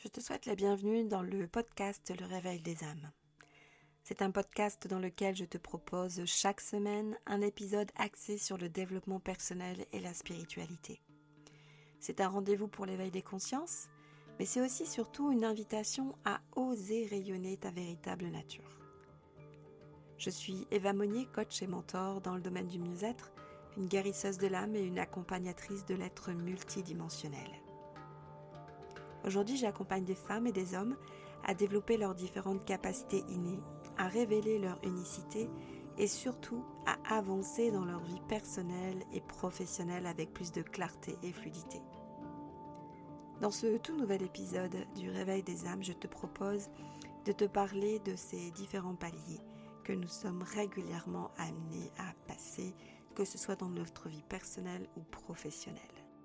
Je te souhaite la bienvenue dans le podcast Le Réveil des âmes. C'est un podcast dans lequel je te propose chaque semaine un épisode axé sur le développement personnel et la spiritualité. C'est un rendez-vous pour l'éveil des consciences, mais c'est aussi surtout une invitation à oser rayonner ta véritable nature. Je suis Eva Monnier, coach et mentor dans le domaine du mieux-être, une guérisseuse de l'âme et une accompagnatrice de l'être multidimensionnel. Aujourd'hui, j'accompagne des femmes et des hommes à développer leurs différentes capacités innées, à révéler leur unicité et surtout à avancer dans leur vie personnelle et professionnelle avec plus de clarté et fluidité. Dans ce tout nouvel épisode du Réveil des âmes, je te propose de te parler de ces différents paliers que nous sommes régulièrement amenés à passer, que ce soit dans notre vie personnelle ou professionnelle.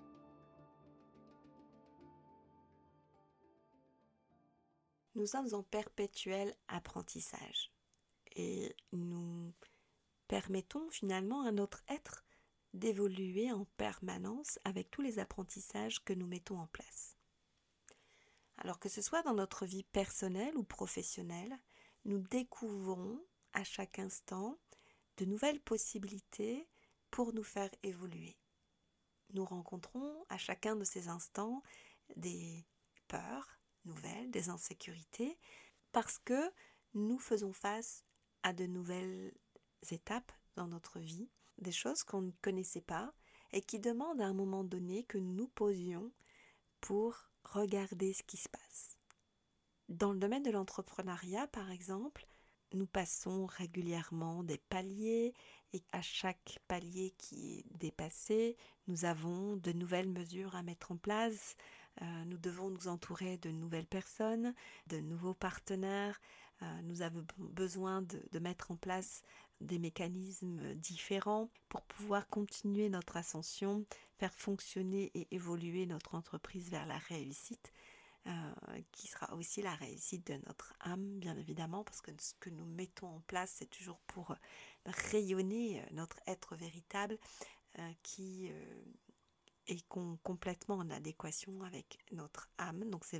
Nous sommes en perpétuel apprentissage et nous permettons finalement à notre être d'évoluer en permanence avec tous les apprentissages que nous mettons en place. Alors que ce soit dans notre vie personnelle ou professionnelle, nous découvrons à chaque instant de nouvelles possibilités pour nous faire évoluer. Nous rencontrons à chacun de ces instants des peurs nouvelles, des insécurités, parce que nous faisons face à de nouvelles étapes dans notre vie, des choses qu'on ne connaissait pas et qui demandent à un moment donné que nous nous posions pour regarder ce qui se passe. Dans le domaine de l'entrepreneuriat, par exemple, nous passons régulièrement des paliers et à chaque palier qui est dépassé, nous avons de nouvelles mesures à mettre en place. Nous devons nous entourer de nouvelles personnes, de nouveaux partenaires. Nous avons besoin de mettre en place des mécanismes différents pour pouvoir continuer notre ascension, faire fonctionner et évoluer notre entreprise vers la réussite. Qui sera aussi la réussite de notre âme, bien évidemment, parce que ce que nous mettons en place, c'est toujours pour rayonner notre être véritable qui est complètement en adéquation avec notre âme. Donc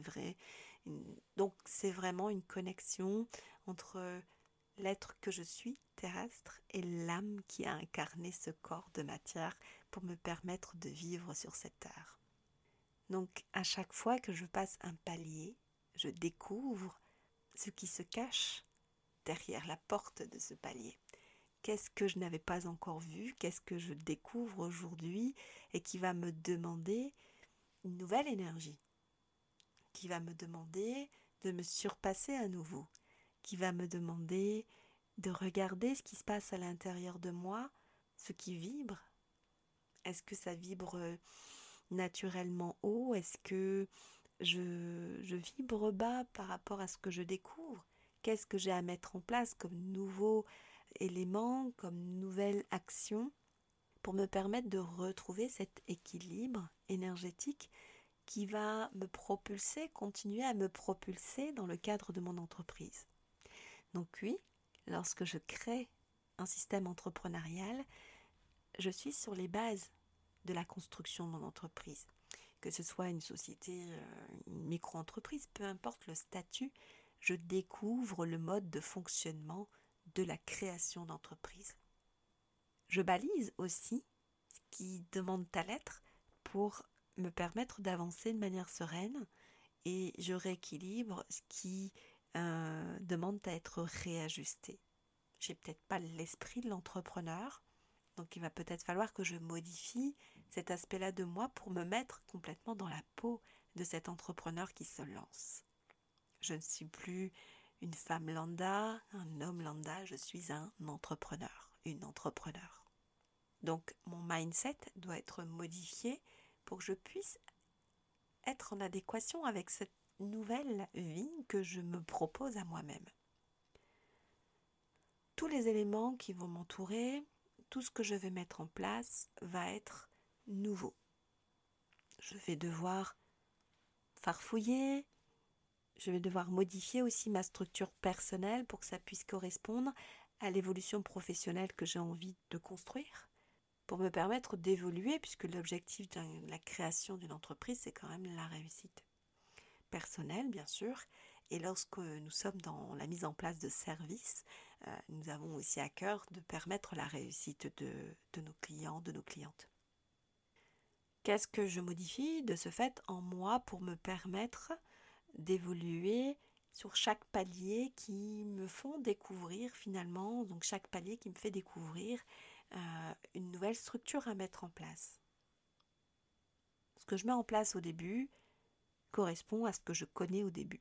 c'est vraiment une connexion entre l'être que je suis, terrestre, et l'âme qui a incarné ce corps de matière pour me permettre de vivre sur cette terre. Donc, à chaque fois que je passe un palier, je découvre ce qui se cache derrière la porte de ce palier. Qu'est-ce que je n'avais pas encore vu? Qu'est-ce que je découvre aujourd'hui et qui va me demander une nouvelle énergie, qui va me demander de me surpasser à nouveau, qui va me demander de regarder ce qui se passe à l'intérieur de moi, ce qui vibre. Est-ce que ça vibre naturellement haut? Est-ce que je vibre bas par rapport à ce que je découvre? Qu'est-ce que j'ai à mettre en place comme nouveaux éléments, comme nouvelle action pour me permettre de retrouver cet équilibre énergétique qui va me propulser, continuer à me propulser dans le cadre de mon entreprise. Donc oui, lorsque je crée un système entrepreneurial, je suis sur les bases de la construction de mon entreprise. Que ce soit une société, une micro-entreprise, peu importe le statut, je découvre le mode de fonctionnement de la création d'entreprise. Je balise aussi ce qui demande à l'être pour me permettre d'avancer de manière sereine et je rééquilibre ce qui demande à être réajusté. J'ai peut-être pas l'esprit de l'entrepreneur, donc il va peut-être falloir que je modifie cet aspect-là de moi pour me mettre complètement dans la peau de cet entrepreneur qui se lance. Je ne suis plus une femme lambda, un homme lambda, je suis un entrepreneur, une entrepreneur. Donc mon mindset doit être modifié pour que je puisse être en adéquation avec cette nouvelle vie que je me propose à moi-même. Tous les éléments qui vont m'entourer, tout ce que je vais mettre en place va être nouveau. Je vais devoir farfouiller, je vais devoir modifier aussi ma structure personnelle pour que ça puisse correspondre à l'évolution professionnelle que j'ai envie de construire, pour me permettre d'évoluer, puisque l'objectif de la création d'une entreprise, c'est quand même la réussite. personnel, bien sûr, et lorsque nous sommes dans la mise en place de services, nous avons aussi à cœur de permettre la réussite de nos clients, de nos clientes. Qu'est-ce que je modifie de ce fait en moi pour me permettre d'évoluer sur chaque palier qui me font découvrir finalement, donc chaque palier qui me fait découvrir une nouvelle structure à mettre en place. Ce que je mets en place au début correspond à ce que je connais au début,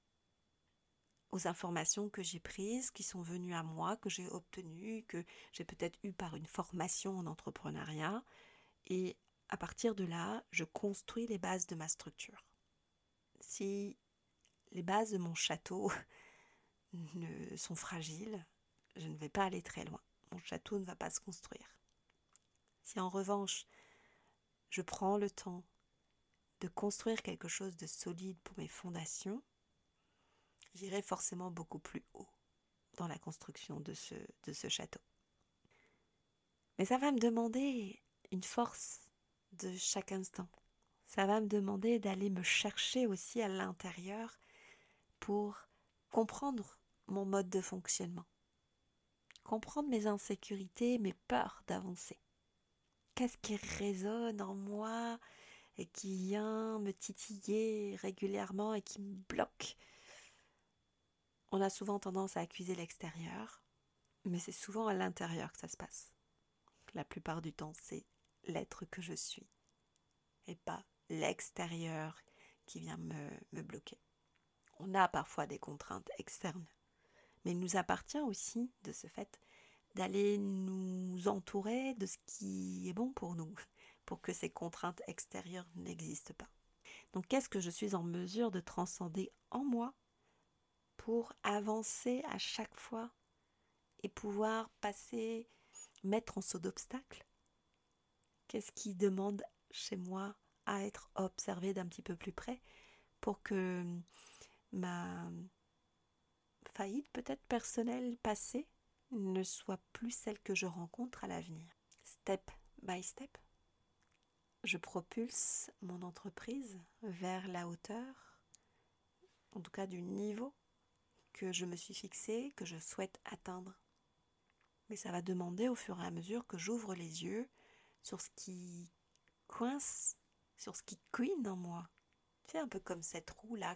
aux informations que j'ai prises, qui sont venues à moi, que j'ai obtenues, que j'ai peut-être eues par une formation en entrepreneuriat, et à partir de là, je construis les bases de ma structure. Si les bases de mon château sont fragiles, je ne vais pas aller très loin. Mon château ne va pas se construire. Si en revanche, je prends le temps de construire quelque chose de solide pour mes fondations, j'irai forcément beaucoup plus haut dans la construction de ce château. Mais ça va me demander une force de chaque instant. Ça va me demander d'aller me chercher aussi à l'intérieur pour comprendre mon mode de fonctionnement, comprendre mes insécurités, mes peurs d'avancer. Qu'est-ce qui résonne en moi et qui vient me titiller régulièrement et qui me bloque? On a souvent tendance à accuser l'extérieur, mais c'est souvent à l'intérieur que ça se passe. La plupart du temps, c'est l'être que je suis et pas l'extérieur qui vient me bloquer. On a parfois des contraintes externes, mais il nous appartient aussi, de ce fait, d'aller nous entourer de ce qui est bon pour nous, pour que ces contraintes extérieures n'existent pas. Donc, qu'est-ce que je suis en mesure de transcender en moi pour avancer à chaque fois et pouvoir mettre en saut d'obstacle? Qu'est-ce qui demande chez moi à être observé d'un petit peu plus près pour que ma faillite peut-être personnelle passée ne soit plus celle que je rencontre à l'avenir? Step by step, je propulse mon entreprise vers la hauteur, en tout cas du niveau que je me suis fixé, que je souhaite atteindre. Mais ça va demander au fur et à mesure que j'ouvre les yeux sur ce qui coince, sur ce qui couine en moi. C'est un peu comme cette roue-là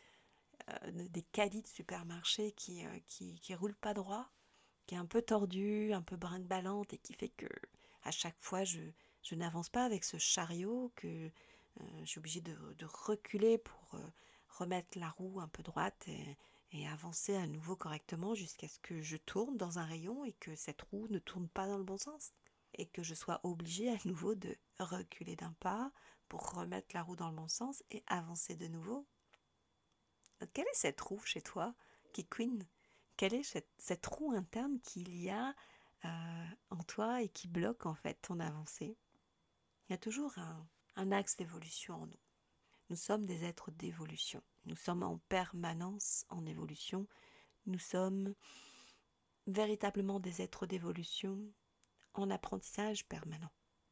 des caddies de supermarché qui roule pas droit, qui est un peu tordue, un peu brinque-ballante et qui fait que à chaque fois je n'avance pas avec ce chariot, que je suis obligée de reculer pour remettre la roue un peu droite et avancer à nouveau correctement jusqu'à ce que je tourne dans un rayon et que cette roue ne tourne pas dans le bon sens et que je sois obligée à nouveau de reculer d'un pas pour remettre la roue dans le bon sens et avancer de nouveau. Quelle est cette roue chez toi qui couine? Quelle est cette roue interne qu'il y a en toi et qui bloque en fait ton avancée? Il y a toujours un axe d'évolution en nous. Nous sommes des êtres d'évolution. Nous sommes en permanence en évolution. Nous sommes véritablement des êtres d'évolution en apprentissage permanent.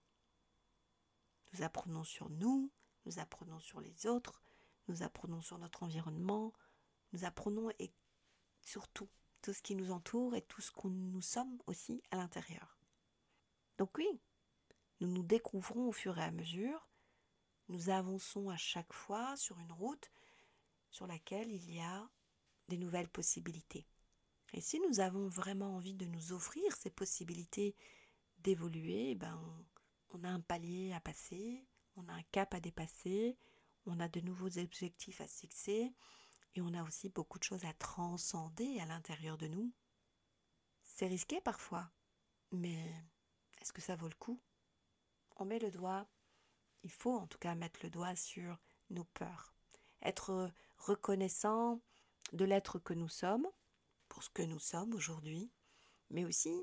Nous apprenons sur nous, nous apprenons sur les autres, nous apprenons sur notre environnement, nous apprenons et surtout tout ce qui nous entoure et tout ce que nous sommes aussi à l'intérieur. Donc oui, nous nous découvrons au fur et à mesure, nous avançons à chaque fois sur une route sur laquelle il y a des nouvelles possibilités. Et si nous avons vraiment envie de nous offrir ces possibilités d'évoluer, on a un palier à passer, on a un cap à dépasser, on a de nouveaux objectifs à se fixer et on a aussi beaucoup de choses à transcender à l'intérieur de nous. C'est risqué parfois, mais est-ce que ça vaut le coup? On met le doigt, il faut en tout cas mettre le doigt sur nos peurs. Être reconnaissant de l'être que nous sommes, pour ce que nous sommes aujourd'hui, mais aussi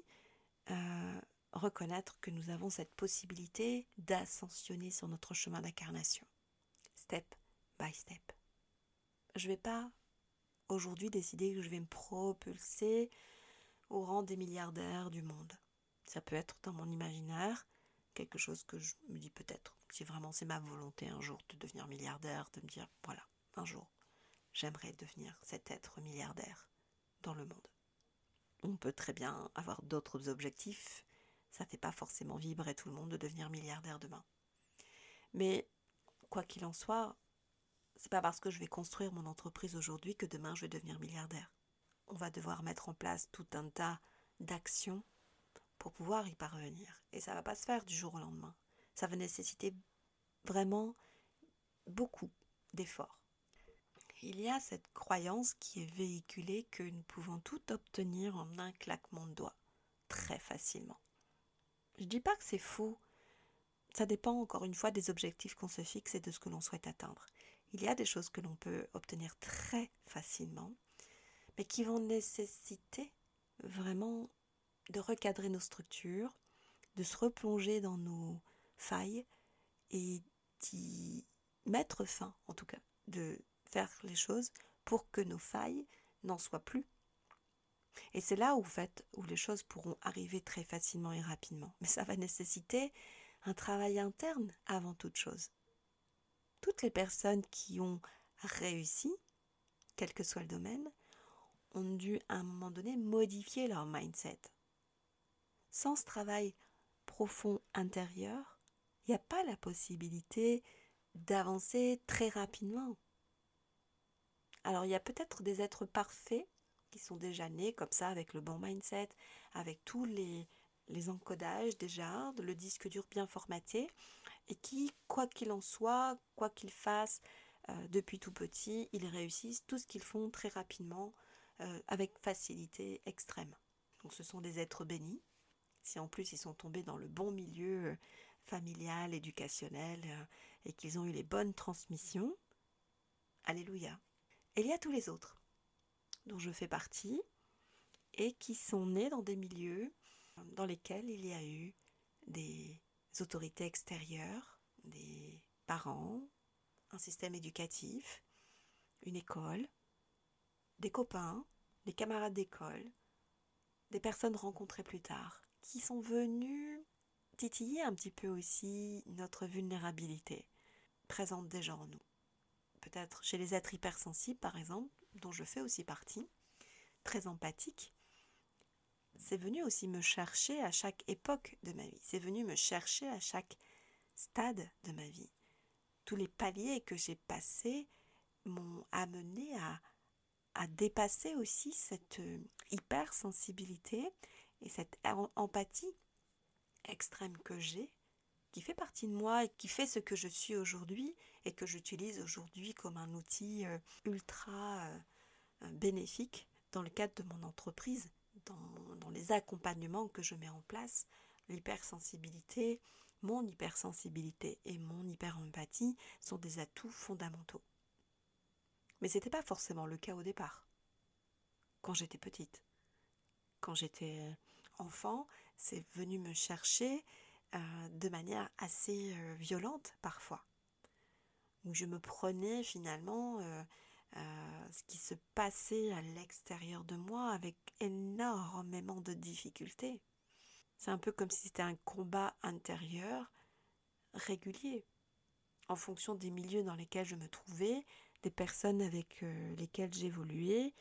reconnaître que nous avons cette possibilité d'ascensionner sur notre chemin d'incarnation, step by step. Je ne vais pas aujourd'hui décider que je vais me propulser au rang des milliardaires du monde. Ça peut être dans mon imaginaire quelque chose que je me dis peut-être, si vraiment c'est ma volonté un jour de devenir milliardaire, de me dire voilà, un jour, j'aimerais devenir cet être milliardaire dans le monde. On peut très bien avoir d'autres objectifs, ça ne fait pas forcément vibrer tout le monde de devenir milliardaire demain. Mais quoi qu'il en soit, c'est pas parce que je vais construire mon entreprise aujourd'hui que demain je vais devenir milliardaire. On va devoir mettre en place tout un tas d'actions pour pouvoir y parvenir. Et ça ne va pas se faire du jour au lendemain. Ça va nécessiter vraiment beaucoup d'efforts. Il y a cette croyance qui est véhiculée que nous pouvons tout obtenir en un claquement de doigts, très facilement. Je ne dis pas que c'est faux, ça dépend encore une fois des objectifs qu'on se fixe et de ce que l'on souhaite atteindre. Il y a des choses que l'on peut obtenir très facilement, mais qui vont nécessiter vraiment de recadrer nos structures, de se replonger dans nos failles et d'y mettre fin, en tout cas, de faire les choses pour que nos failles n'en soient plus. Et c'est là où les choses pourront arriver très facilement et rapidement. Mais ça va nécessiter un travail interne avant toute chose. Toutes les personnes qui ont réussi, quel que soit le domaine, ont dû à un moment donné modifier leur mindset. Sans ce travail profond intérieur, il n'y a pas la possibilité d'avancer très rapidement. Alors il y a peut-être des êtres parfaits qui sont déjà nés comme ça, avec le bon mindset, avec tous les encodages déjà, le disque dur bien formaté, et qui, quoi qu'il en soit, quoi qu'ils fassent, depuis tout petit, ils réussissent tout ce qu'ils font très rapidement, avec facilité extrême. Donc ce sont des êtres bénis. Si en plus ils sont tombés dans le bon milieu familial, éducationnel, et qu'ils ont eu les bonnes transmissions, alléluia. Et il y a tous les autres, dont je fais partie, et qui sont nés dans des milieux dans lesquels il y a eu des autorités extérieures, des parents, un système éducatif, une école, des copains, des camarades d'école, des personnes rencontrées plus tard, qui sont venus titiller un petit peu aussi notre vulnérabilité présente déjà en nous. Peut-être chez les êtres hypersensibles, par exemple, dont je fais aussi partie, très empathique, c'est venu aussi me chercher à chaque époque de ma vie. C'est venu me chercher à chaque stade de ma vie. Tous les paliers que j'ai passés m'ont amené à dépasser aussi cette hypersensibilité et cette empathie extrême que j'ai, qui fait partie de moi et qui fait ce que je suis aujourd'hui et que j'utilise aujourd'hui comme un outil ultra bénéfique dans le cadre de mon entreprise, dans les accompagnements que je mets en place. L'hypersensibilité, mon hypersensibilité et mon hyperempathie sont des atouts fondamentaux. Mais ce n'était pas forcément le cas au départ, quand j'étais petite. Quand j'étais enfant, c'est venu me chercher de manière assez violente parfois, où je me prenais finalement ce qui se passait à l'extérieur de moi avec énormément de difficultés. C'est un peu comme si c'était un combat intérieur régulier, en fonction des milieux dans lesquels je me trouvais, des personnes avec lesquelles j'évoluais,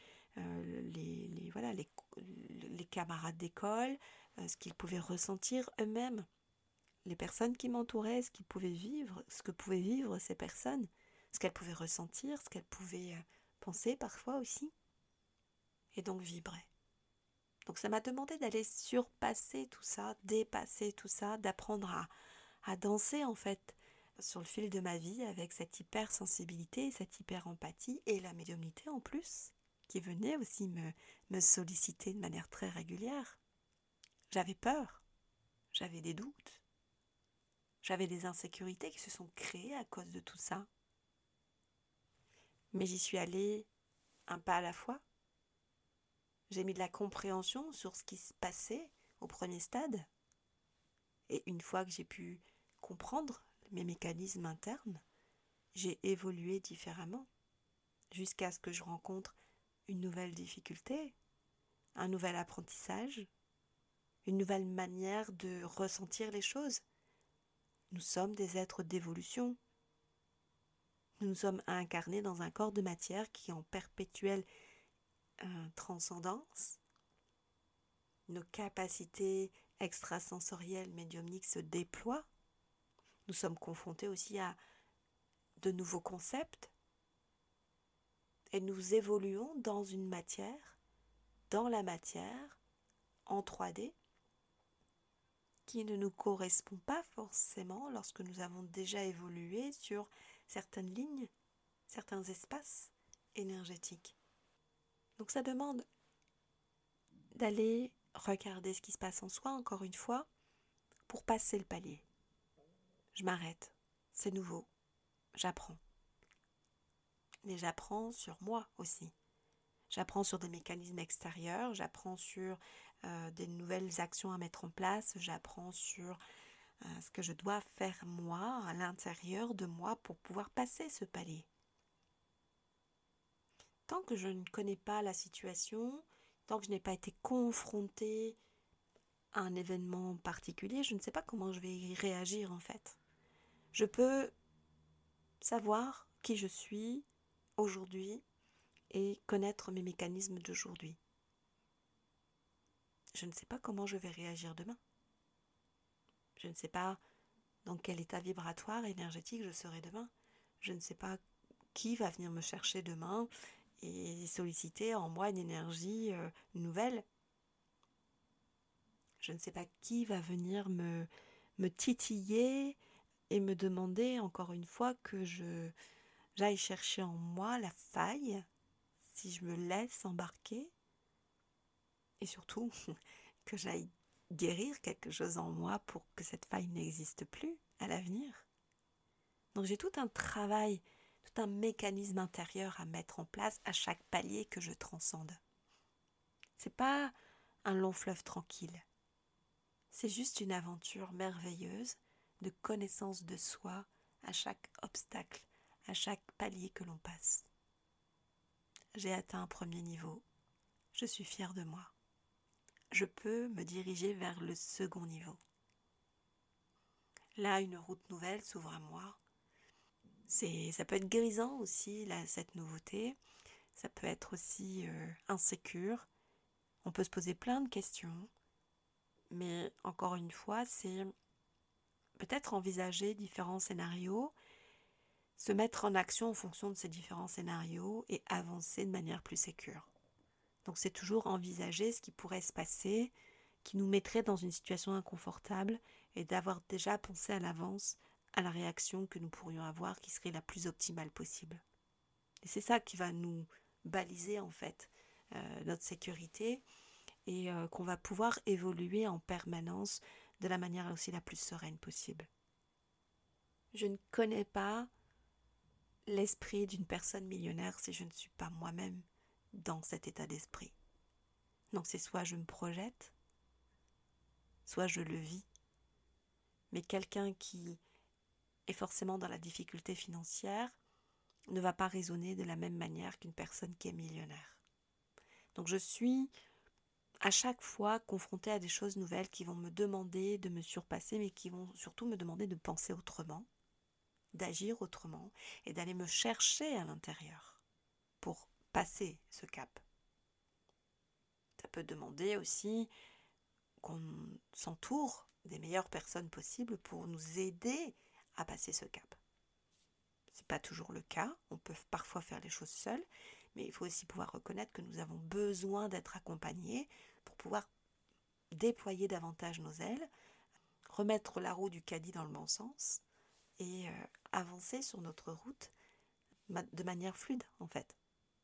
les camarades d'école, ce qu'ils pouvaient ressentir eux-mêmes, les personnes qui m'entouraient, ce qu'ils pouvaient vivre, ce que pouvaient vivre ces personnes, ce qu'elles pouvaient ressentir, ce qu'elles pouvaient penser parfois aussi, et donc vibrer. Donc ça m'a demandé d'aller surpasser tout ça, dépasser tout ça, d'apprendre à danser en fait sur le fil de ma vie avec cette hypersensibilité, cette hyperempathie et la médiumnité en plus, qui venait aussi me solliciter de manière très régulière. J'avais peur, j'avais des doutes, j'avais des insécurités qui se sont créées à cause de tout ça. Mais j'y suis allée un pas à la fois. J'ai mis de la compréhension sur ce qui se passait au premier stade. Et une fois que j'ai pu comprendre mes mécanismes internes, j'ai évolué différemment jusqu'à ce que je rencontre une nouvelle difficulté, un nouvel apprentissage, une nouvelle manière de ressentir les choses. Nous sommes des êtres d'évolution. Nous sommes incarnés dans un corps de matière qui est en perpétuelle transcendance. Nos capacités extrasensorielles, médiumniques se déploient. Nous sommes confrontés aussi à de nouveaux concepts et nous évoluons dans une matière, dans la matière, en 3D, qui ne nous correspond pas forcément lorsque nous avons déjà évolué sur certaines lignes, certains espaces énergétiques. Donc ça demande d'aller regarder ce qui se passe en soi, encore une fois, pour passer le palier. Je m'arrête, c'est nouveau, j'apprends. Mais j'apprends sur moi aussi. J'apprends sur des mécanismes extérieurs, j'apprends sur des nouvelles actions à mettre en place, j'apprends sur ce que je dois faire moi, à l'intérieur de moi, pour pouvoir passer ce palier. Tant que je ne connais pas la situation, tant que je n'ai pas été confrontée à un événement particulier, je ne sais pas comment je vais y réagir en fait. Je peux savoir qui je suis aujourd'hui et connaître mes mécanismes d'aujourd'hui. Je ne sais pas comment je vais réagir demain. Je ne sais pas dans quel état vibratoire, énergétique je serai demain. Je ne sais pas qui va venir me chercher demain et solliciter en moi une énergie nouvelle. Je ne sais pas qui va venir me titiller et me demander encore une fois que j'aille chercher en moi la faille, si je me laisse embarquer, et surtout que j'aille guérir quelque chose en moi pour que cette faille n'existe plus à l'avenir. Donc j'ai tout un travail, tout un mécanisme intérieur à mettre en place à chaque palier que je transcende. C'est pas un long fleuve tranquille. C'est juste une aventure merveilleuse de connaissance de soi à chaque obstacle, à chaque palier que l'on passe. J'ai atteint un premier niveau. Je suis fière de moi. Je peux me diriger vers le second niveau. Là, une route nouvelle s'ouvre à moi. Ça peut être grisant aussi, cette nouveauté. Ça peut être aussi insécure. On peut se poser plein de questions. Mais encore une fois, c'est peut-être envisager différents scénarios, se mettre en action en fonction de ces différents scénarios et avancer de manière plus sécure. Donc c'est toujours envisager ce qui pourrait se passer, qui nous mettrait dans une situation inconfortable et d'avoir déjà pensé à l'avance à la réaction que nous pourrions avoir qui serait la plus optimale possible. Et c'est ça qui va nous baliser en fait notre sécurité et qu'on va pouvoir évoluer en permanence de la manière aussi la plus sereine possible. Je ne connais pas l'esprit d'une personne millionnaire si je ne suis pas moi-même dans cet état d'esprit. Donc c'est soit je me projette, soit je le vis. Mais quelqu'un qui est forcément dans la difficulté financière ne va pas raisonner de la même manière qu'une personne qui est millionnaire. Donc je suis à chaque fois confrontée à des choses nouvelles qui vont me demander de me surpasser, mais qui vont surtout me demander de penser autrement, d'agir autrement et d'aller me chercher à l'intérieur pour passer ce cap. Ça peut demander aussi qu'on s'entoure des meilleures personnes possibles pour nous aider à passer ce cap. Ce n'est pas toujours le cas, on peut parfois faire les choses seuls, mais il faut aussi pouvoir reconnaître que nous avons besoin d'être accompagnés pour pouvoir déployer davantage nos ailes, remettre la roue du caddie dans le bon sens et avancer sur notre route de manière fluide en fait.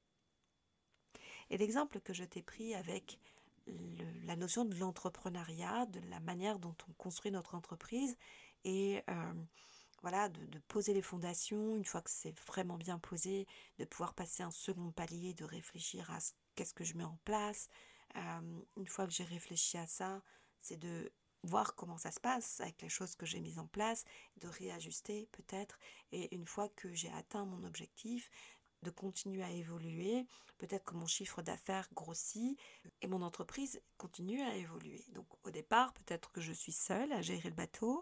Et l'exemple que je t'ai pris avec la notion de l'entrepreneuriat, de la manière dont on construit notre entreprise et de poser les fondations, une fois que c'est vraiment bien posé, de pouvoir passer un second palier, de réfléchir à qu'est-ce que je mets en place. Une fois que j'ai réfléchi à ça, c'est de voir comment ça se passe avec les choses que j'ai mises en place, de réajuster peut-être, et une fois que j'ai atteint mon objectif, de continuer à évoluer, peut-être que mon chiffre d'affaires grossit et mon entreprise continue à évoluer. Donc au départ, peut-être que je suis seule à gérer le bateau,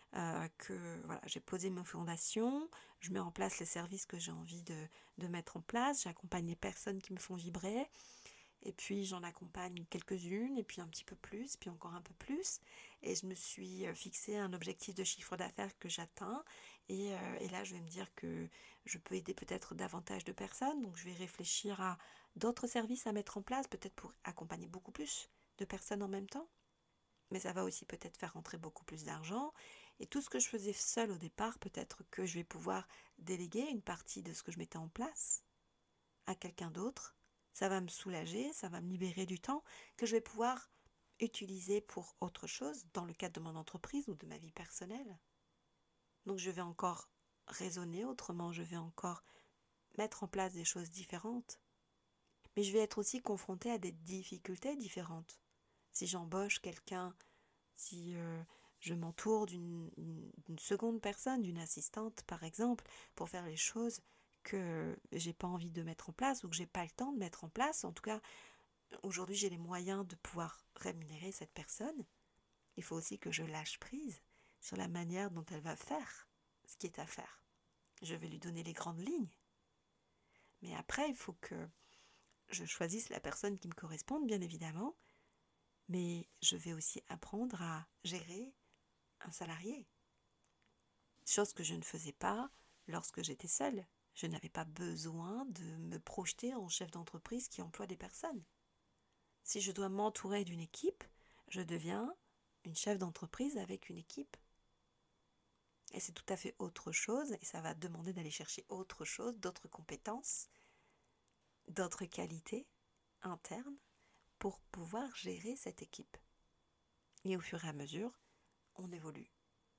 que voilà, j'ai posé mes fondations, je mets en place les services que j'ai envie de mettre en place, j'accompagne les personnes qui me font vibrer, et puis j'en accompagne quelques-unes, et puis un petit peu plus, puis encore un peu plus, et je me suis fixé un objectif de chiffre d'affaires que j'atteins, et là je vais me dire que je peux aider peut-être davantage de personnes, donc je vais réfléchir à d'autres services à mettre en place, peut-être pour accompagner beaucoup plus de personnes en même temps, mais ça va aussi peut-être faire rentrer beaucoup plus d'argent, et tout ce que je faisais seule au départ, peut-être que je vais pouvoir déléguer une partie de ce que je mettais en place à quelqu'un d'autre. Ça va me soulager, ça va me libérer du temps que je vais pouvoir utiliser pour autre chose dans le cadre de mon entreprise ou de ma vie personnelle. Donc je vais encore raisonner autrement, je vais encore mettre en place des choses différentes. Mais je vais être aussi confrontée à des difficultés différentes. Si j'embauche quelqu'un, si je m'entoure d'une seconde personne, d'une assistante par exemple, pour faire les choses que j'ai pas envie de mettre en place ou que j'ai pas le temps de mettre en place. En tout cas, aujourd'hui j'ai les moyens de pouvoir rémunérer cette personne. Il faut aussi que je lâche prise sur la manière dont elle va faire ce qui est à faire. Je vais lui donner les grandes lignes. Mais après, il faut que je choisisse la personne qui me corresponde, bien évidemment. Mais je vais aussi apprendre à gérer un salarié. Chose que je ne faisais pas lorsque j'étais seule. Je n'avais pas besoin de me projeter en chef d'entreprise qui emploie des personnes. Si je dois m'entourer d'une équipe, je deviens une chef d'entreprise avec une équipe. Et c'est tout à fait autre chose, et ça va demander d'aller chercher autre chose, d'autres compétences, d'autres qualités internes pour pouvoir gérer cette équipe. Et au fur et à mesure, on évolue.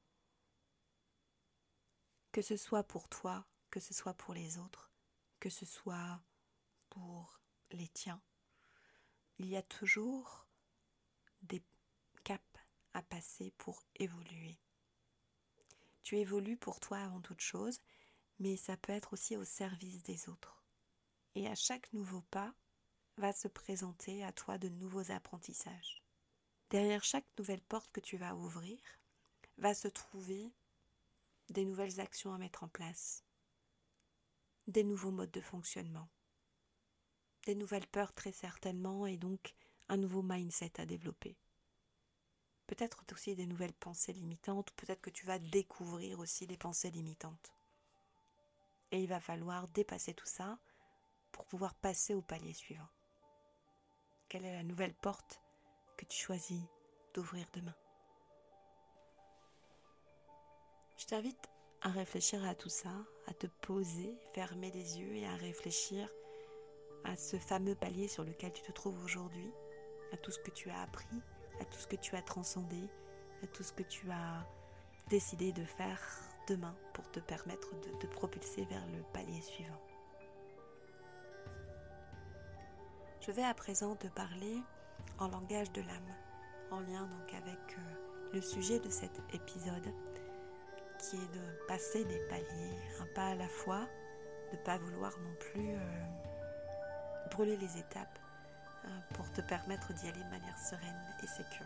Que ce soit pour toi, que ce soit pour les autres, que ce soit pour les tiens, il y a toujours des caps à passer pour évoluer. Tu évolues pour toi avant toute chose, mais ça peut être aussi au service des autres. Et à chaque nouveau pas, va se présenter à toi de nouveaux apprentissages. Derrière chaque nouvelle porte que tu vas ouvrir, va se trouver des nouvelles actions à mettre en place, des nouveaux modes de fonctionnement, des nouvelles peurs très certainement, et donc un nouveau mindset à développer. Peut-être aussi des nouvelles pensées limitantes, ou peut-être que tu vas découvrir aussi des pensées limitantes. Et il va falloir dépasser tout ça pour pouvoir passer au palier suivant. Quelle est la nouvelle porte que tu choisis d'ouvrir demain? Je t'invite à réfléchir à tout ça, à te poser, fermer les yeux et à réfléchir à ce fameux palier sur lequel tu te trouves aujourd'hui, à tout ce que tu as appris, à tout ce que tu as transcendé, à tout ce que tu as décidé de faire demain pour te permettre de te propulser vers le palier suivant. Je vais à présent te parler en langage de l'âme, en lien donc avec le sujet de cet épisode, qui est de passer des paliers, un pas à la fois, de ne pas vouloir non plus brûler les étapes pour te permettre d'y aller de manière sereine et sécure.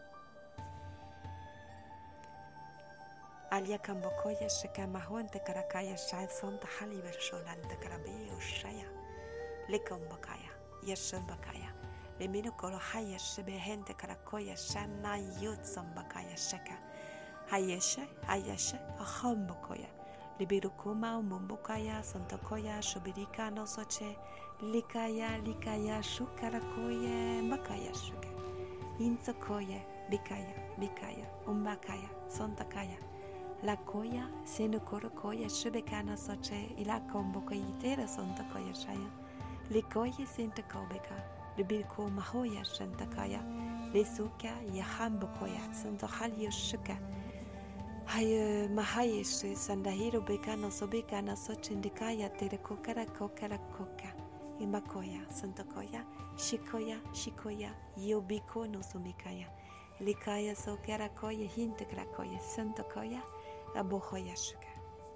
Alia kambokoya shikamahuan te karakaya shai santa haliver sholan te karabeyo shaya le kambokaya yashambakaya le minokolo haya shibehen te karakoya shana yut sambakaya shaka hayesha hayasha ahambokoya le birukuma mumbokaya santakoya shubirika no soche likaya likaya shukarakoye makaya shuka insakoye bikaya bikaya umbakaya santakaya la koya senukoro koya shubekana soche ila kombokoyitera santakoya shaya le koye sentakobeka le birko mahoya shantakaya le suka yahambokoya santahalyo shuka Haye mahayesh sandahiro bekana sobekana sochindikaya terekokara kokara koka imakoya santakoya shikoya shikoya yobiko no somikaya likaya sokara koya hintekra koya santakoya abohoya shuka.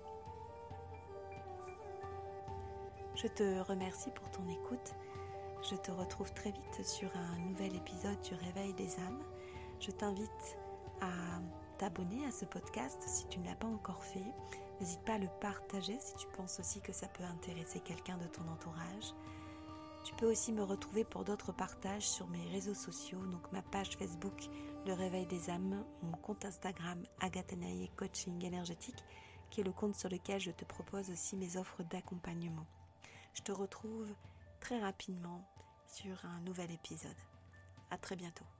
Je te remercie pour ton écoute. Je te retrouve très vite sur un nouvel épisode du Réveil des âmes. Je t'invite à t'abonner à ce podcast si tu ne l'as pas encore fait. N'hésite pas à le partager si tu penses aussi que ça peut intéresser quelqu'un de ton entourage. Tu peux aussi me retrouver pour d'autres partages sur mes réseaux sociaux, donc ma page Facebook Le Réveil des âmes, mon compte Instagram Agathe Anaïe Coaching énergétique, qui est le compte sur lequel je te propose aussi mes offres d'accompagnement. Je te retrouve très rapidement sur un nouvel épisode. À très bientôt.